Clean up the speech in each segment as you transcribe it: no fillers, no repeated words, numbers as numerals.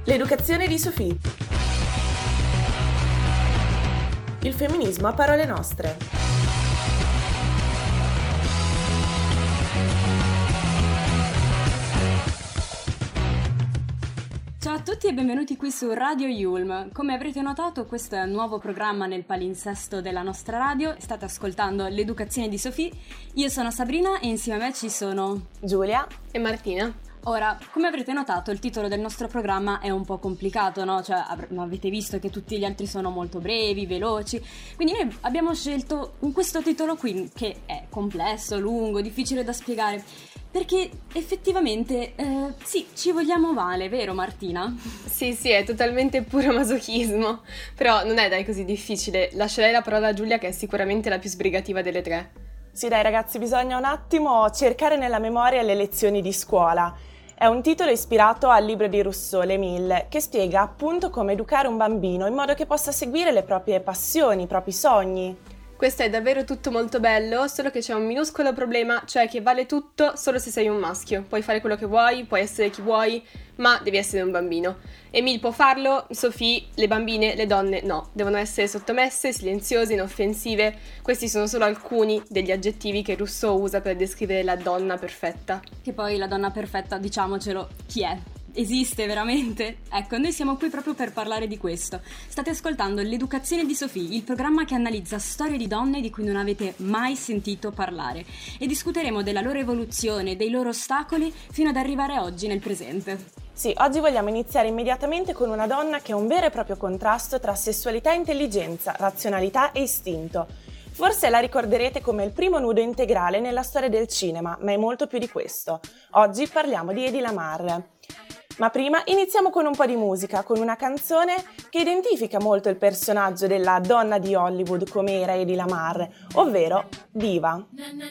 L'educazione di Sofì. Il femminismo a parole nostre. Ciao a tutti e benvenuti qui su Radio Yulm. Come avrete notato, questo è un nuovo programma nel palinsesto della nostra radio. State ascoltando l'educazione di Sofì. Io sono Sabrina e insieme a me ci sono Giulia e Martina. Ora, come avrete notato, il titolo del nostro programma è un po' complicato, no? Cioè, avete visto che tutti gli altri sono molto brevi, veloci. Quindi noi abbiamo scelto questo titolo qui, che è complesso, lungo, difficile da spiegare. Perché effettivamente, sì, ci vogliamo male, vero Martina? Sì, è totalmente puro masochismo. Però non è così difficile. Lascerei la parola a Giulia, che è sicuramente la più sbrigativa delle tre. Sì dai ragazzi, bisogna un attimo cercare nella memoria le lezioni di scuola. È un titolo ispirato al libro di Rousseau, L'Émile, che spiega appunto come educare un bambino in modo che possa seguire le proprie passioni, i propri sogni. Questo è davvero tutto molto bello, solo che c'è un minuscolo problema, cioè che vale tutto solo se sei un maschio. Puoi fare quello che vuoi, puoi essere chi vuoi, ma devi essere un bambino. Émile può farlo, Sophie, le bambine, le donne no. Devono essere sottomesse, silenziose, inoffensive. Questi sono solo alcuni degli aggettivi che Rousseau usa per descrivere la donna perfetta. Che poi la donna perfetta, diciamocelo, chi è? Esiste veramente? Ecco, noi siamo qui proprio per parlare di questo. State ascoltando l'educazione di Sofì, il programma che analizza storie di donne di cui non avete mai sentito parlare, e discuteremo della loro evoluzione, dei loro ostacoli, fino ad arrivare oggi nel presente. Sì, oggi vogliamo iniziare immediatamente con una donna che è un vero e proprio contrasto tra sessualità e intelligenza, razionalità e istinto. Forse la ricorderete come il primo nudo integrale nella storia del cinema, ma è molto più di questo. Oggi parliamo di Hedy Lamarr. Ma prima iniziamo con un po' di musica, con una canzone che identifica molto il personaggio della donna di Hollywood come era Hedy Lamarr, ovvero Diva.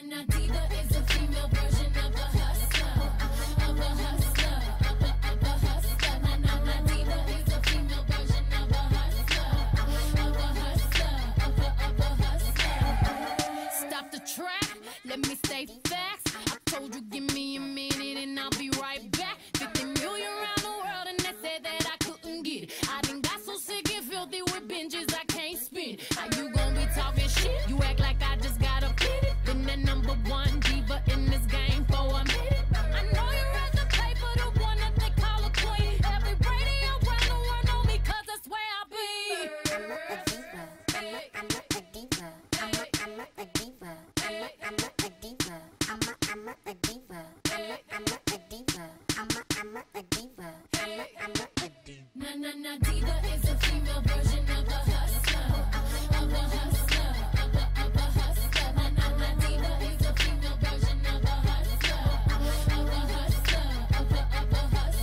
Let me stay facts. I told you give me a minute and I'll be right back. 50 million around the world and they said that I couldn't get it. I done got so sick and filthy with binges I can't spin. How you gon' be talking shit? You act like I just got a pity. Been the number one diva in this game for a minute. I know you read the paper, the one that they call a queen. Every radio around the world know me 'cause that's where I be. I'm not a diva. I'm not a diva. I'm not a diva. I'm not a diva. I'm not a diva. I'm not a diva. I'm not a diva. I'm not a diva. Na diva is a female version of a hustler. Of a hustler. Of a hustler. Na diva is a female version of a hustler. Of a hustler. Of a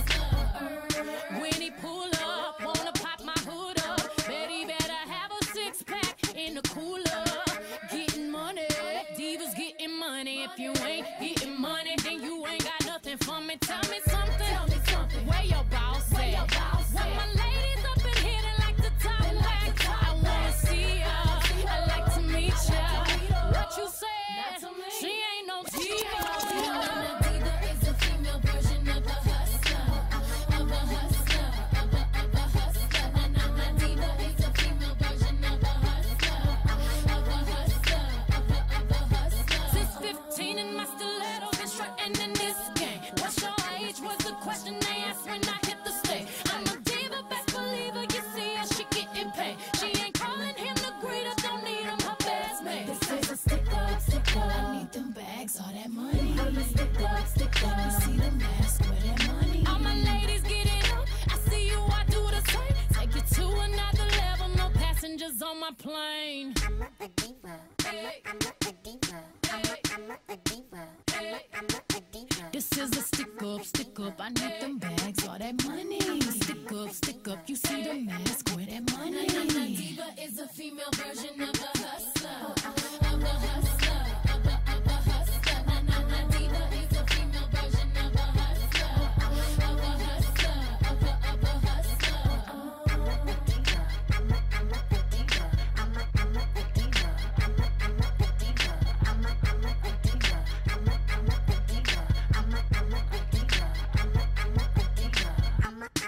hustler. When he pull up, wanna pop my hood up. Bet he better have a six pack in the cooler. Getting money. Divas getting money. If you ain't getting money, then you ain't got nothing for me. Tell me something. Tell me something. Where your boss at? Where your boss at? My ladies up in here, they like to talk back. I wanna see ya. I like to meet ya. What you said? She ain't no diva. A diva is a female version of a hustler. Of a hustler. Of a hustler. A diva is a female version of a hustler. Of a hustler. Of a hustler. Since 15 in my stiletto, been strutting in this game. What's your age was the question they asked when I hit the stage. I'm a diva, best believer, you see how she getting paid. She ain't calling him the greeter, don't need him her best man. This is a stick up, stick up. I need them bags, all that money. I'm a stick up, stick up. You see the mask, where that money. All my ladies get it up, I see you, I do the same. Take you to another level, no passengers on my plane. I'm not a diva. I'm not a diva. I'm not a diva. I'm not a diva. This is a stick up, stick up. I need them bags, all that money. Stick up. You see the mask, where that money. Na diva is a female version of a hustler. Of a hustler. Of a hustler. Na diva is a female version of a hustler. Of a hustler. Of a hustler. I'm not a diva. I'm not a diva. I'm not a diva. I'm not a diva. I'm not a diva. I'm not a diva. I'm not a diva. I'm not a diva. I'm not a diva.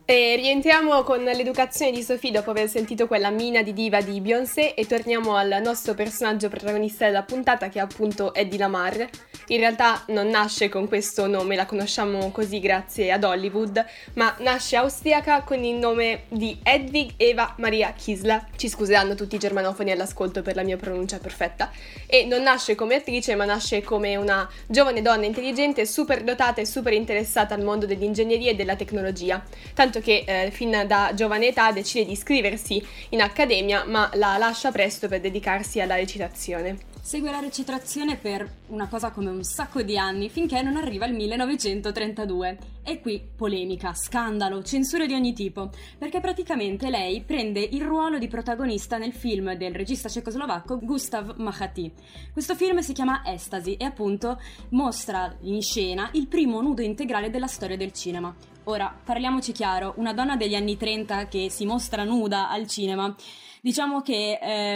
E rientriamo con l'educazione di Sophie dopo aver sentito quella mina di diva di Beyoncé e torniamo al nostro personaggio protagonista della puntata, che appunto è Eddie Lamar. In realtà non nasce con questo nome, la conosciamo così grazie ad Hollywood, ma nasce austriaca con il nome di Hedwig Eva Maria Kisler. Ci scuseranno tutti i germanofoni all'ascolto per la mia pronuncia perfetta. E non nasce come attrice, ma nasce come una giovane donna intelligente, super dotata e super interessata al mondo dell'ingegneria e della tecnologia. Tanto che fin da giovane età decide di iscriversi in accademia, ma la lascia presto per dedicarsi alla recitazione. Segue la recitazione per una cosa come un sacco di anni, finché non arriva il 1932. E qui polemica, scandalo, censure di ogni tipo, perché praticamente lei prende il ruolo di protagonista nel film del regista cecoslovacco Gustav Machati. Questo film si chiama Ecstasy e appunto mostra in scena il primo nudo integrale della storia del cinema. Ora, parliamoci chiaro, una donna degli anni 30 che si mostra nuda al cinema, diciamo che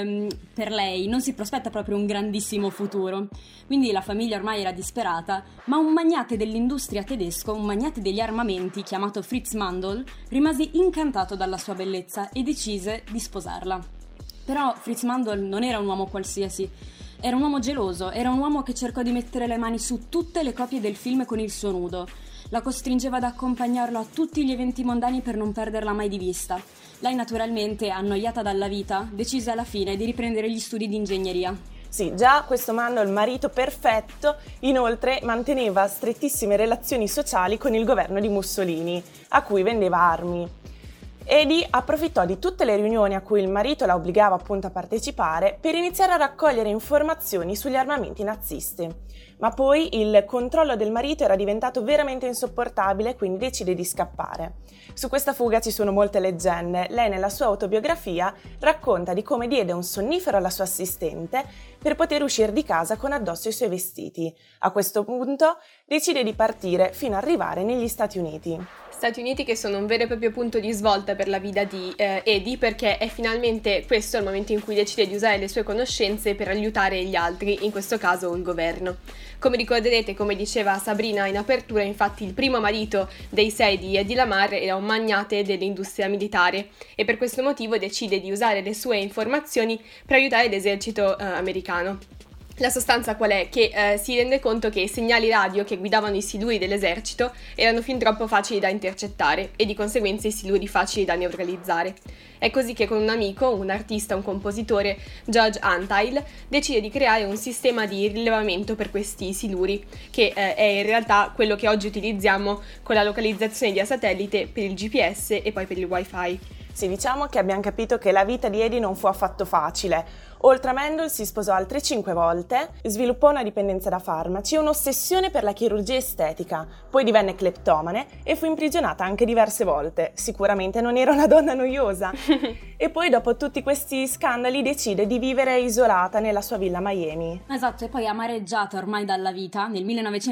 per lei non si prospetta proprio un grandissimo futuro. Quindi la famiglia ormai era disperata, ma un magnate dell'industria tedesco, un magnate degli armamenti chiamato Fritz Mandl, rimase incantato dalla sua bellezza e decise di sposarla. Però Fritz Mandl non era un uomo qualsiasi. Era un uomo geloso, era un uomo che cercò di mettere le mani su tutte le copie del film con il suo nudo. La costringeva ad accompagnarlo a tutti gli eventi mondani per non perderla mai di vista. Lei naturalmente, annoiata dalla vita, decise alla fine di riprendere gli studi di ingegneria. Sì, già questo Mando, il marito perfetto, inoltre manteneva strettissime relazioni sociali con il governo di Mussolini, a cui vendeva armi. Eddie approfittò di tutte le riunioni a cui il marito la obbligava appunto a partecipare per iniziare a raccogliere informazioni sugli armamenti nazisti. Ma poi il controllo del marito era diventato veramente insopportabile, quindi decide di scappare. Su questa fuga ci sono molte leggende. Lei nella sua autobiografia racconta di come diede un sonnifero alla sua assistente per poter uscire di casa con addosso i suoi vestiti. A questo punto decide di partire fino ad arrivare negli Stati Uniti. Stati Uniti che sono un vero e proprio punto di svolta per la vita di Eddie, perché è finalmente questo il momento in cui decide di usare le sue conoscenze per aiutare gli altri, in questo caso il governo. Come ricorderete, come diceva Sabrina in apertura, infatti il primo marito dei 6 di Eddie Lamar era un magnate dell'industria militare e per questo motivo decide di usare le sue informazioni per aiutare l'esercito americano. La sostanza qual è? Che si rende conto che i segnali radio che guidavano i siluri dell'esercito erano fin troppo facili da intercettare e di conseguenza i siluri facili da neutralizzare. È così che con un amico, un artista, un compositore, George Antheil, decide di creare un sistema di rilevamento per questi siluri, che è in realtà quello che oggi utilizziamo con la localizzazione via satellite per il GPS e poi per il Wi-Fi. Sì, diciamo che abbiamo capito che la vita di Eddie non fu affatto facile. Oltre a Mandel si sposò altre 5 volte, sviluppò una dipendenza da farmaci e un'ossessione per la chirurgia estetica, poi divenne cleptomane e fu imprigionata anche diverse volte. Sicuramente non era una donna noiosa. E poi dopo tutti questi scandali decide di vivere isolata nella sua villa a Miami. Esatto, e poi amareggiata ormai dalla vita, nel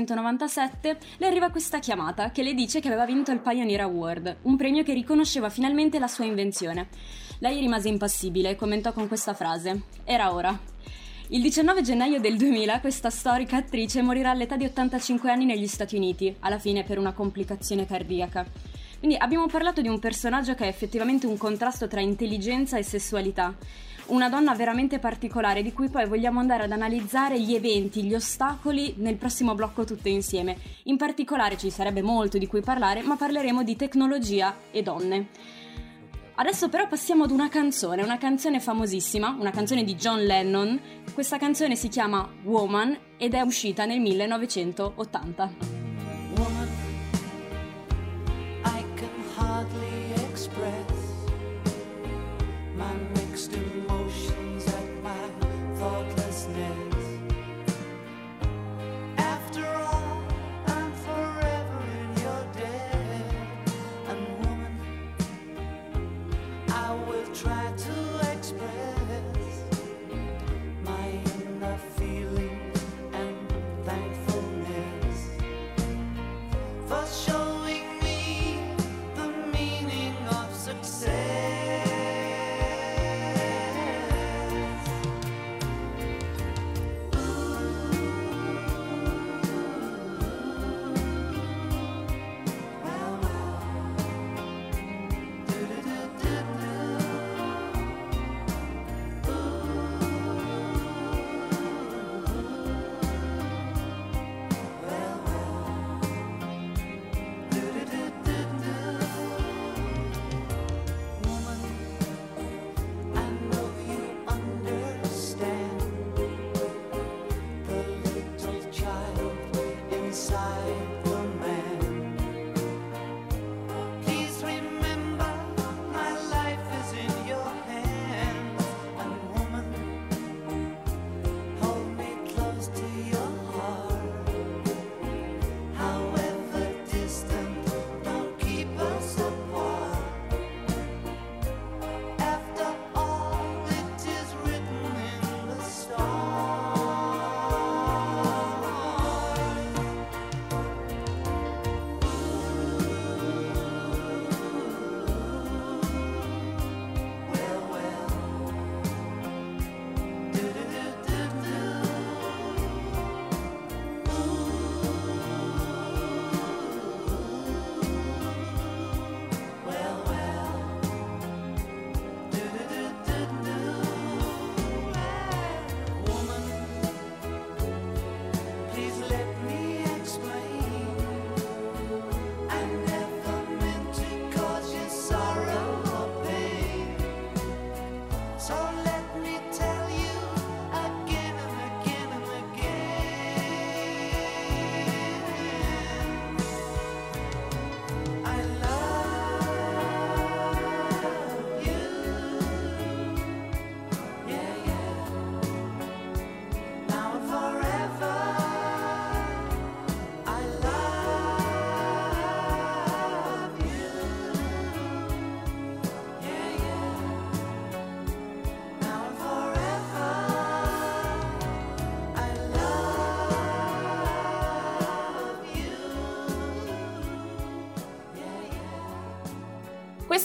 1997 le arriva questa chiamata che le dice che aveva vinto il Pioneer Award, un premio che riconosceva finalmente la sua invenzione. Lei rimase impassibile e commentò con questa frase: "Era ora". Il 19 gennaio del 2000 questa storica attrice morirà all'età di 85 anni negli Stati Uniti, alla fine per una complicazione cardiaca. Quindi abbiamo parlato di un personaggio che è effettivamente un contrasto tra intelligenza e sessualità. Una donna veramente particolare di cui poi vogliamo andare ad analizzare gli eventi, gli ostacoli nel prossimo blocco tutte insieme. In particolare ci sarebbe molto di cui parlare, ma parleremo di tecnologia e donne. Adesso però passiamo ad una canzone famosissima, una canzone di John Lennon. Questa canzone si chiama Woman ed è uscita nel 1980. Woman, I can hardly express my mixed emotions at my thoughtlessness. After all, I'm forever in your debt. And woman, I will try to express my inner feeling and thankfulness.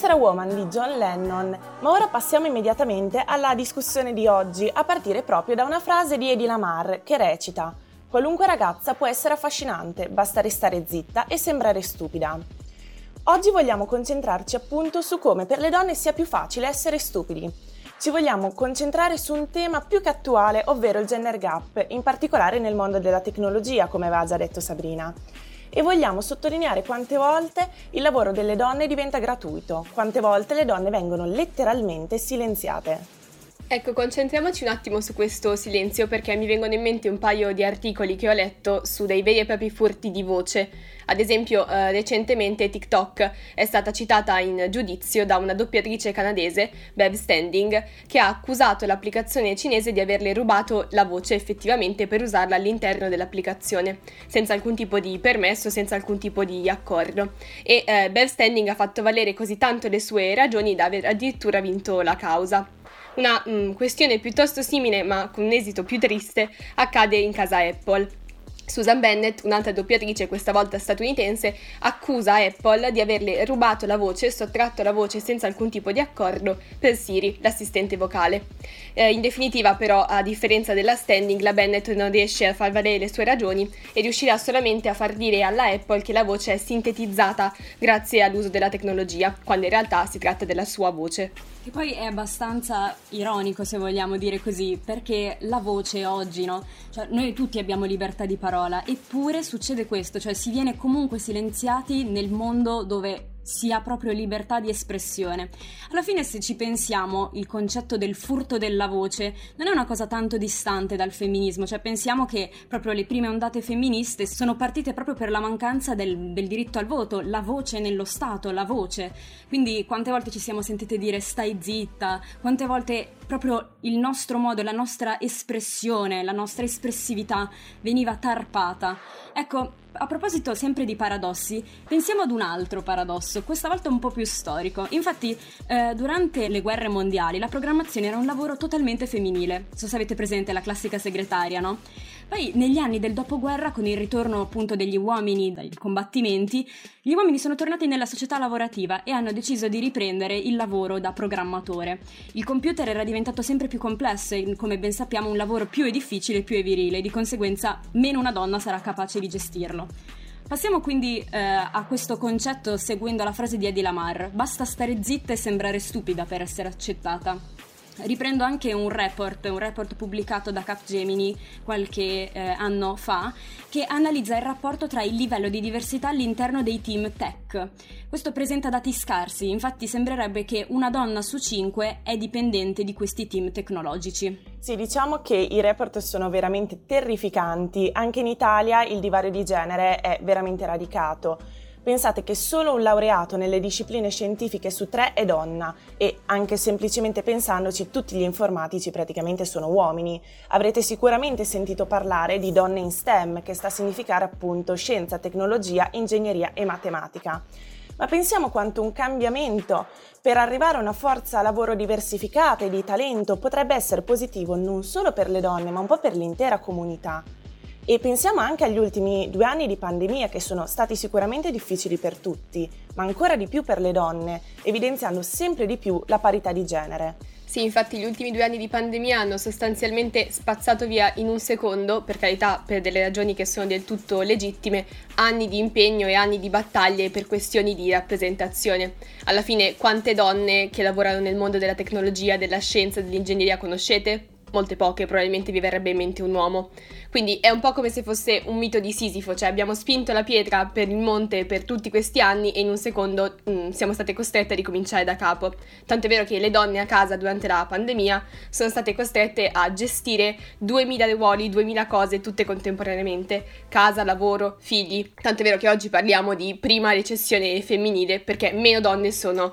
Extra Woman di John Lennon, ma ora passiamo immediatamente alla discussione di oggi, a partire proprio da una frase di Hedy Lamarr che recita: qualunque ragazza può essere affascinante, basta restare zitta e sembrare stupida. Oggi vogliamo concentrarci appunto su come per le donne sia più facile essere stupidi. Ci vogliamo concentrare su un tema più che attuale, ovvero il gender gap, in particolare nel mondo della tecnologia, come aveva già detto Sabrina. E vogliamo sottolineare quante volte il lavoro delle donne diventa gratuito, quante volte le donne vengono letteralmente silenziate. Ecco, concentriamoci un attimo su questo silenzio perché mi vengono in mente un paio di articoli che ho letto su dei veri e propri furti di voce. Ad esempio, recentemente TikTok è stata citata in giudizio da una doppiatrice canadese, Bev Standing, che ha accusato l'applicazione cinese di averle rubato la voce effettivamente per usarla all'interno dell'applicazione, senza alcun tipo di permesso, senza alcun tipo di accordo. E Bev Standing ha fatto valere così tanto le sue ragioni da aver addirittura vinto la causa. Una questione piuttosto simile, ma con un esito più triste, accade in casa Apple. Susan Bennett, un'altra doppiatrice, questa volta statunitense, accusa Apple di averle rubato la voce, sottratto la voce senza alcun tipo di accordo per Siri, l'assistente vocale. In definitiva, però, a differenza della Standing, la Bennett non riesce a far valere le sue ragioni e riuscirà solamente a far dire alla Apple che la voce è sintetizzata grazie all'uso della tecnologia, quando in realtà si tratta della sua voce. Che poi è abbastanza ironico, se vogliamo dire così, perché la voce oggi, no? Cioè, noi tutti abbiamo libertà di parola, eppure succede questo, cioè si viene comunque silenziati nel mondo dove si ha proprio libertà di espressione. Alla fine, se ci pensiamo, il concetto del furto della voce non è una cosa tanto distante dal femminismo, cioè pensiamo che proprio le prime ondate femministe sono partite proprio per la mancanza del diritto al voto, la voce nello Stato, la voce. Quindi quante volte ci siamo sentite dire stai zitta, quante volte proprio il nostro modo, la nostra espressione, la nostra espressività veniva tarpata. Ecco, a proposito sempre di paradossi, pensiamo ad un altro paradosso, questa volta un po' più storico. Infatti, durante le guerre mondiali la programmazione era un lavoro totalmente femminile. So se avete presente la classica segretaria, no? Poi negli anni del dopoguerra, con il ritorno appunto degli uomini dai combattimenti, gli uomini sono tornati nella società lavorativa e hanno deciso di riprendere il lavoro da programmatore. Il computer era diventato sempre più complesso e, come ben sappiamo, un lavoro più è difficile e più è virile, di conseguenza meno una donna sarà capace di gestirlo. Passiamo quindi a questo concetto seguendo la frase di Hedy Lamarr: basta stare zitta e sembrare stupida per essere accettata. Riprendo anche un report pubblicato da Capgemini qualche anno fa, che analizza il rapporto tra il livello di diversità all'interno dei team tech. Questo presenta dati scarsi, infatti sembrerebbe che una donna su 5 è dipendente di questi team tecnologici. Sì, diciamo che i report sono veramente terrificanti. Anche in Italia il divario di genere è veramente radicato. Pensate che solo un laureato nelle discipline scientifiche su 3 è donna e, anche semplicemente pensandoci, tutti gli informatici praticamente sono uomini. Avrete sicuramente sentito parlare di donne in STEM, che sta a significare appunto scienza, tecnologia, ingegneria e matematica. Ma pensiamo quanto un cambiamento per arrivare a una forza lavoro diversificata e di talento potrebbe essere positivo non solo per le donne, ma un po' per l'intera comunità. E pensiamo anche agli ultimi 2 anni di pandemia, che sono stati sicuramente difficili per tutti, ma ancora di più per le donne, evidenziando sempre di più la parità di genere. Sì, infatti gli ultimi 2 anni di pandemia hanno sostanzialmente spazzato via in un secondo, per carità, per delle ragioni che sono del tutto legittime, anni di impegno e anni di battaglie per questioni di rappresentazione. Alla fine, quante donne che lavorano nel mondo della tecnologia, della scienza, dell'ingegneria conoscete? Molte poche, probabilmente vi verrebbe in mente un uomo. Quindi è un po' come se fosse un mito di Sisifo, cioè abbiamo spinto la pietra per il monte per tutti questi anni e in un secondo siamo state costrette a ricominciare da capo. Tanto è vero che le donne a casa durante la pandemia sono state costrette a gestire 2000 ruoli, 2000 cose tutte contemporaneamente, casa, lavoro, figli. Tanto è vero che oggi parliamo di prima recessione femminile perché meno donne sono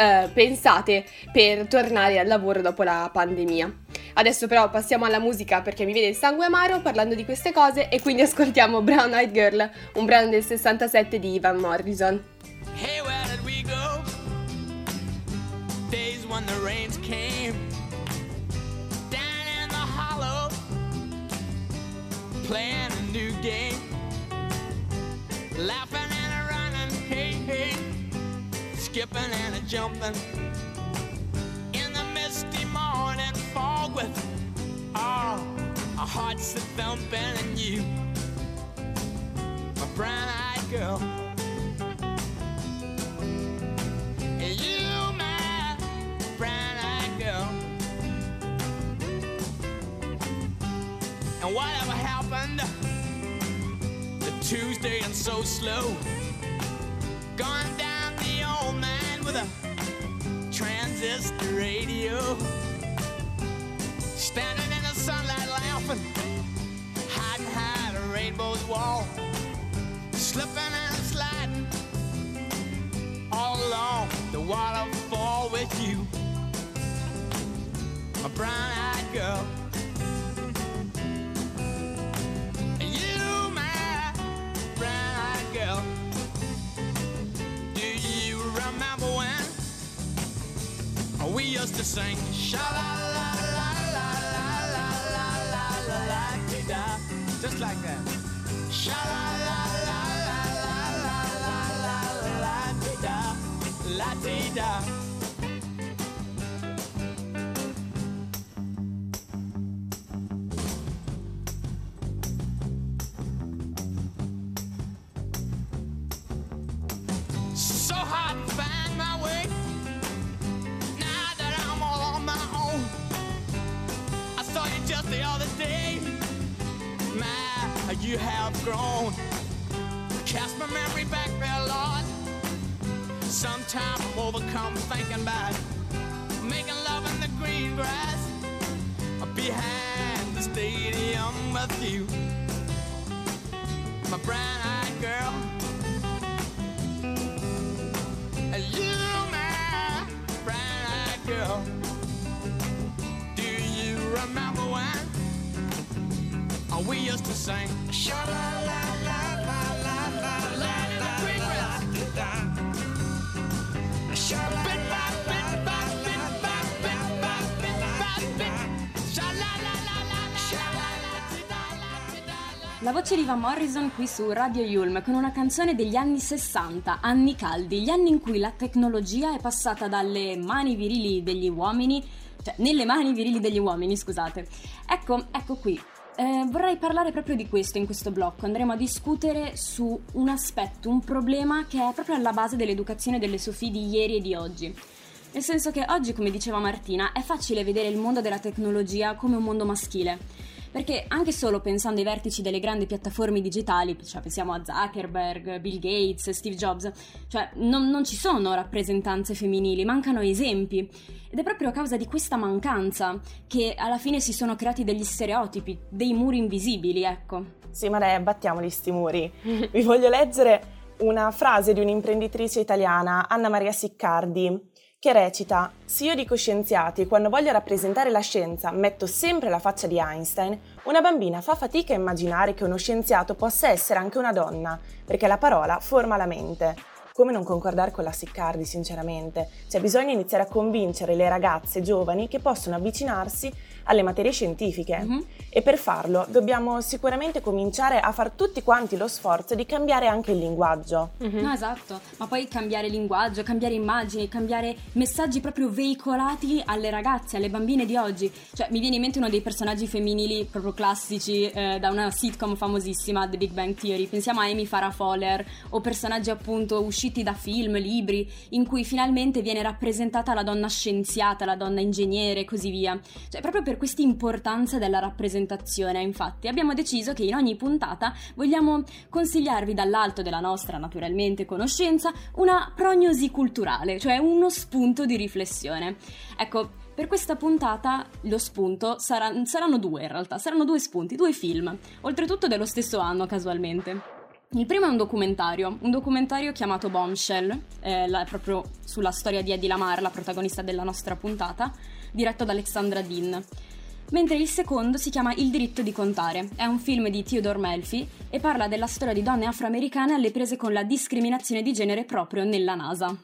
pensate per tornare al lavoro dopo la pandemia. Adesso però passiamo alla musica perché mi viene il sangue amaro parlando di queste cose e quindi ascoltiamo Brown Eyed Girl, un brano del 67 di Van Morrison. Hey, where did we go? Days when the rains came down in the hollow, playing a new game, laughing and a running, hey, hey, skipping and a jumping in the misty morning fog with our hearts a thumping, and you, my brown-eyed girl, and you, my brown-eyed girl. And whatever happened to Tuesday and so slow, gone down the old man with a transistor radio, standing in the sunlight laughing, hiding behind a rainbow's wall, slipping and sliding all along the waterfall with you, my brown-eyed girl. You, my brown-eyed girl. Do you remember when we used to sing sha-la-la-la-la-la-la-la-la-la-la-la-la-la-la-la-la-la, just like that. Sha-la-la-la-la-la-la-la-la-la-la-la-la-la. So hard to find my way now that I'm all on my own. I saw you just the other day. My, you have grown. Cast my memory back there, Lord. Sometimes I'm overcome thinking about making love in the green grass behind the stadium with you, my brown-eyed girl. You, my brown-eyed girl. Do you remember when we used to sing sha-la-la-la-la-la-la-la-la-la-la-la-la-la? La voce di Van Morrison qui su Radio Yulm con una canzone degli anni 60, anni caldi, gli anni in cui la tecnologia è passata dalle mani virili degli uomini, cioè nelle mani virili degli uomini, scusate. Ecco qui. Vorrei parlare proprio di questo in questo blocco. Andremo a discutere su un aspetto, un problema che è proprio alla base dell'educazione delle Sofì di ieri e di oggi. Nel senso che oggi, come diceva Martina, è facile vedere il mondo della tecnologia come un mondo maschile. Perché anche solo pensando ai vertici delle grandi piattaforme digitali, cioè pensiamo a Zuckerberg, Bill Gates, Steve Jobs, cioè non ci sono rappresentanze femminili, mancano esempi. Ed è proprio a causa di questa mancanza che alla fine si sono creati degli stereotipi, dei muri invisibili, ecco. Sì, ma dai, abbattiamoli sti muri. Vi voglio leggere una frase di un'imprenditrice italiana, Anna Maria Siccardi, che recita: se io dico scienziati quando voglio rappresentare la scienza metto sempre la faccia di Einstein, una bambina fa fatica a immaginare che uno scienziato possa essere anche una donna, perché la parola forma la mente. Come non concordare con la Siccardi, sinceramente? Cioè, bisogna iniziare a convincere le ragazze giovani che possono avvicinarsi alle materie scientifiche. E per farlo dobbiamo sicuramente cominciare a far tutti quanti lo sforzo di cambiare anche il linguaggio. No, esatto, ma poi cambiare linguaggio, cambiare immagini, cambiare messaggi proprio veicolati alle ragazze, alle bambine di oggi. Cioè, mi viene in mente uno dei personaggi femminili proprio classici da una sitcom famosissima, The Big Bang Theory. Pensiamo a Amy Farrah Fowler o personaggi appunto usciti da film, libri, in cui finalmente viene rappresentata la donna scienziata, la donna ingegnere e così via. Cioè, proprio per questa importanza della rappresentazione, infatti, abbiamo deciso che in ogni puntata vogliamo consigliarvi dall'alto della nostra, naturalmente, conoscenza, una prognosi culturale, cioè uno spunto di riflessione. Ecco, per questa puntata lo spunto saranno due in realtà, saranno due spunti, due film, oltretutto dello stesso anno casualmente. Il primo è un documentario chiamato Bombshell, proprio sulla storia di Hedy Lamarr, la protagonista della nostra puntata, diretto da Alexandra Dean. Mentre il secondo si chiama Il diritto di contare, è un film di Theodore Melfi e parla della storia di donne afroamericane alle prese con la discriminazione di genere proprio nella NASA.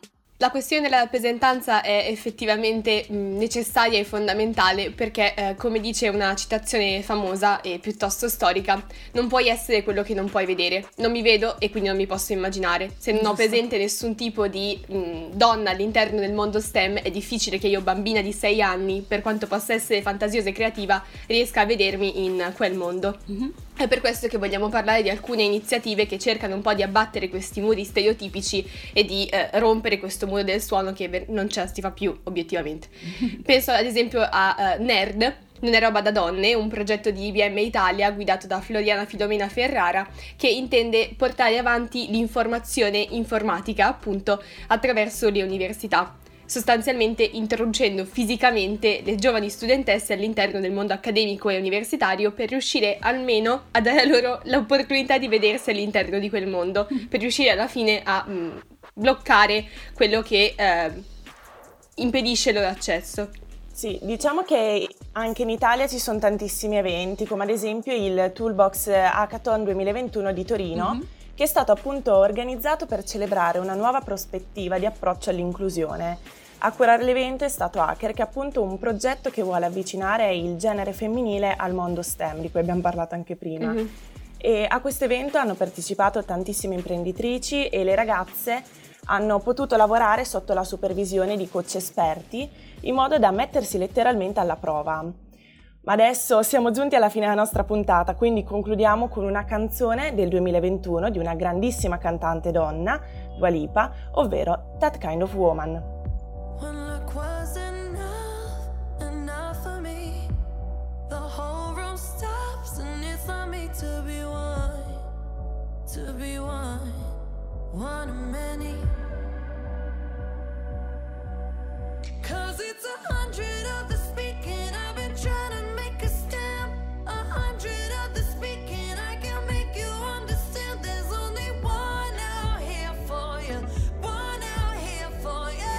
La questione della rappresentanza è effettivamente necessaria e fondamentale perché, come dice una citazione famosa e piuttosto storica, non puoi essere quello che non puoi vedere. Non mi vedo e quindi non mi posso immaginare. Se non ho presente nessun tipo di donna all'interno del mondo STEM, è difficile che io, bambina di 6 anni, per quanto possa essere fantasiosa e creativa, riesca a vedermi in quel mondo. È per questo che vogliamo parlare di alcune iniziative che cercano un po' di abbattere questi muri stereotipici e di rompere questo muro del suono che non si fa più, obiettivamente. Penso ad esempio a Nerd, non è roba da donne, un progetto di IBM Italia guidato da Floriana Filomena Ferrara, che intende portare avanti l'informazione informatica, appunto, attraverso le università, sostanzialmente introducendo fisicamente le giovani studentesse all'interno del mondo accademico e universitario per riuscire almeno a dare loro l'opportunità di vedersi all'interno di quel mondo, per riuscire alla fine a bloccare quello che impedisce il loro accesso. Sì, diciamo che anche in Italia ci sono tantissimi eventi, come ad esempio il Toolbox Hackathon 2021 di Torino, che è stato appunto organizzato per celebrare una nuova prospettiva di approccio all'inclusione. A curare l'evento è stato Hacker, che è appunto un progetto che vuole avvicinare il genere femminile al mondo STEM, di cui abbiamo parlato anche prima. E a questo evento hanno partecipato tantissime imprenditrici e le ragazze hanno potuto lavorare sotto la supervisione di coach esperti in modo da mettersi letteralmente alla prova. Ma adesso siamo giunti alla fine della nostra puntata, quindi concludiamo con una canzone del 2021 di una grandissima cantante donna, Dua Lipa, ovvero That Kind of Woman. When look was enough for me. The whole room stops and it's not me to be one of many. 'Cause it's 100 of the speaking, I've been trying to make a stamp. 100 of the speaking, I can make you understand. There's only one out here for you, one out here for you.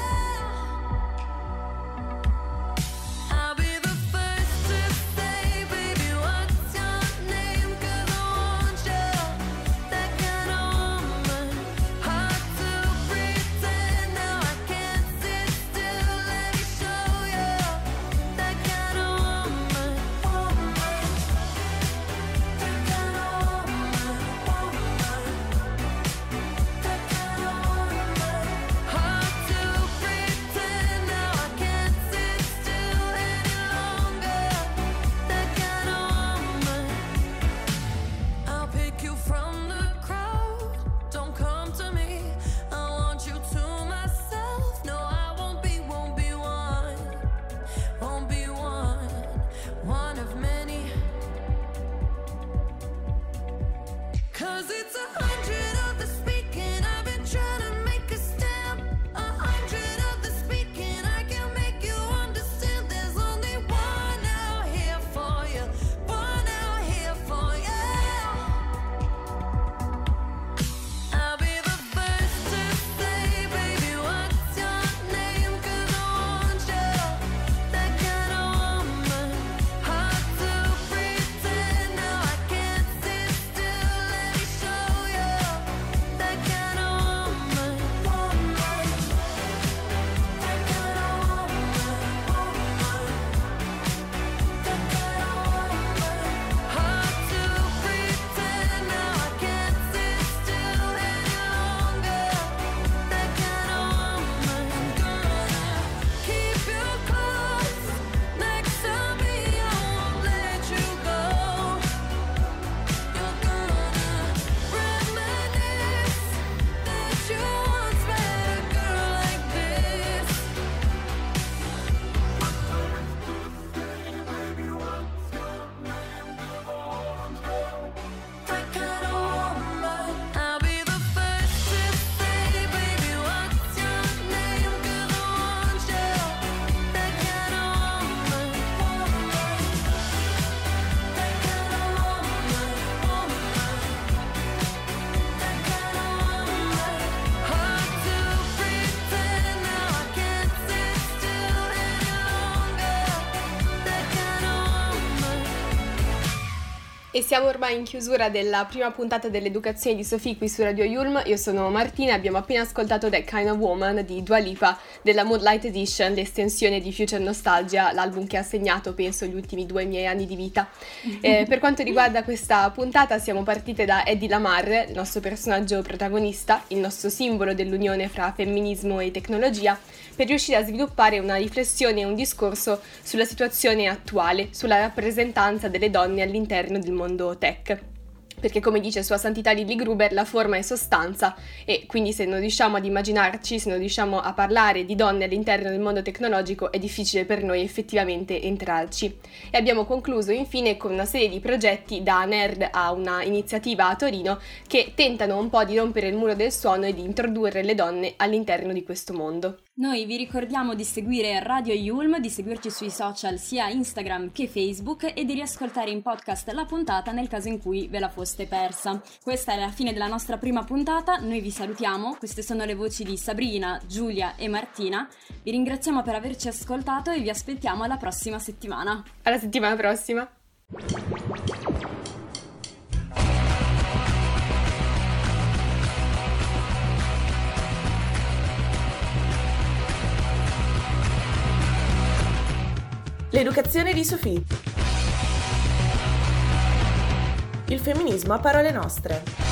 I'll be the first to say, baby, what's your name? 'Cause I want you, that kind of woman, hard to breathe. E siamo ormai in chiusura della prima puntata dell'educazione di Sophie qui su Radio Yulm. Io sono Martina e abbiamo appena ascoltato That Kind of Woman di Dua Lipa della Moonlight Edition, l'estensione di Future Nostalgia, l'album che ha segnato penso gli ultimi 2 miei anni di vita. Per quanto riguarda questa puntata siamo partite da Eddie Lamar, il nostro personaggio protagonista, il nostro simbolo dell'unione fra femminismo e tecnologia, per riuscire a sviluppare una riflessione e un discorso sulla situazione attuale, sulla rappresentanza delle donne all'interno del mondo tech. Perché come dice Sua Santità Lily Gruber, la forma è sostanza e quindi se non riusciamo ad immaginarci, se non riusciamo a parlare di donne all'interno del mondo tecnologico è difficile per noi effettivamente entrarci. E abbiamo concluso infine con una serie di progetti da nerd a una iniziativa a Torino che tentano un po' di rompere il muro del suono e di introdurre le donne all'interno di questo mondo. Noi vi ricordiamo di seguire Radio Yulm, di seguirci sui social sia Instagram che Facebook e di riascoltare in podcast la puntata nel caso in cui ve la foste persa. Questa è la fine della nostra prima puntata, noi vi salutiamo, queste sono le voci di Sabrina, Giulia e Martina, vi ringraziamo per averci ascoltato e vi aspettiamo alla prossima settimana. Alla settimana prossima! L'educazione di Sophie. Il femminismo a parole nostre.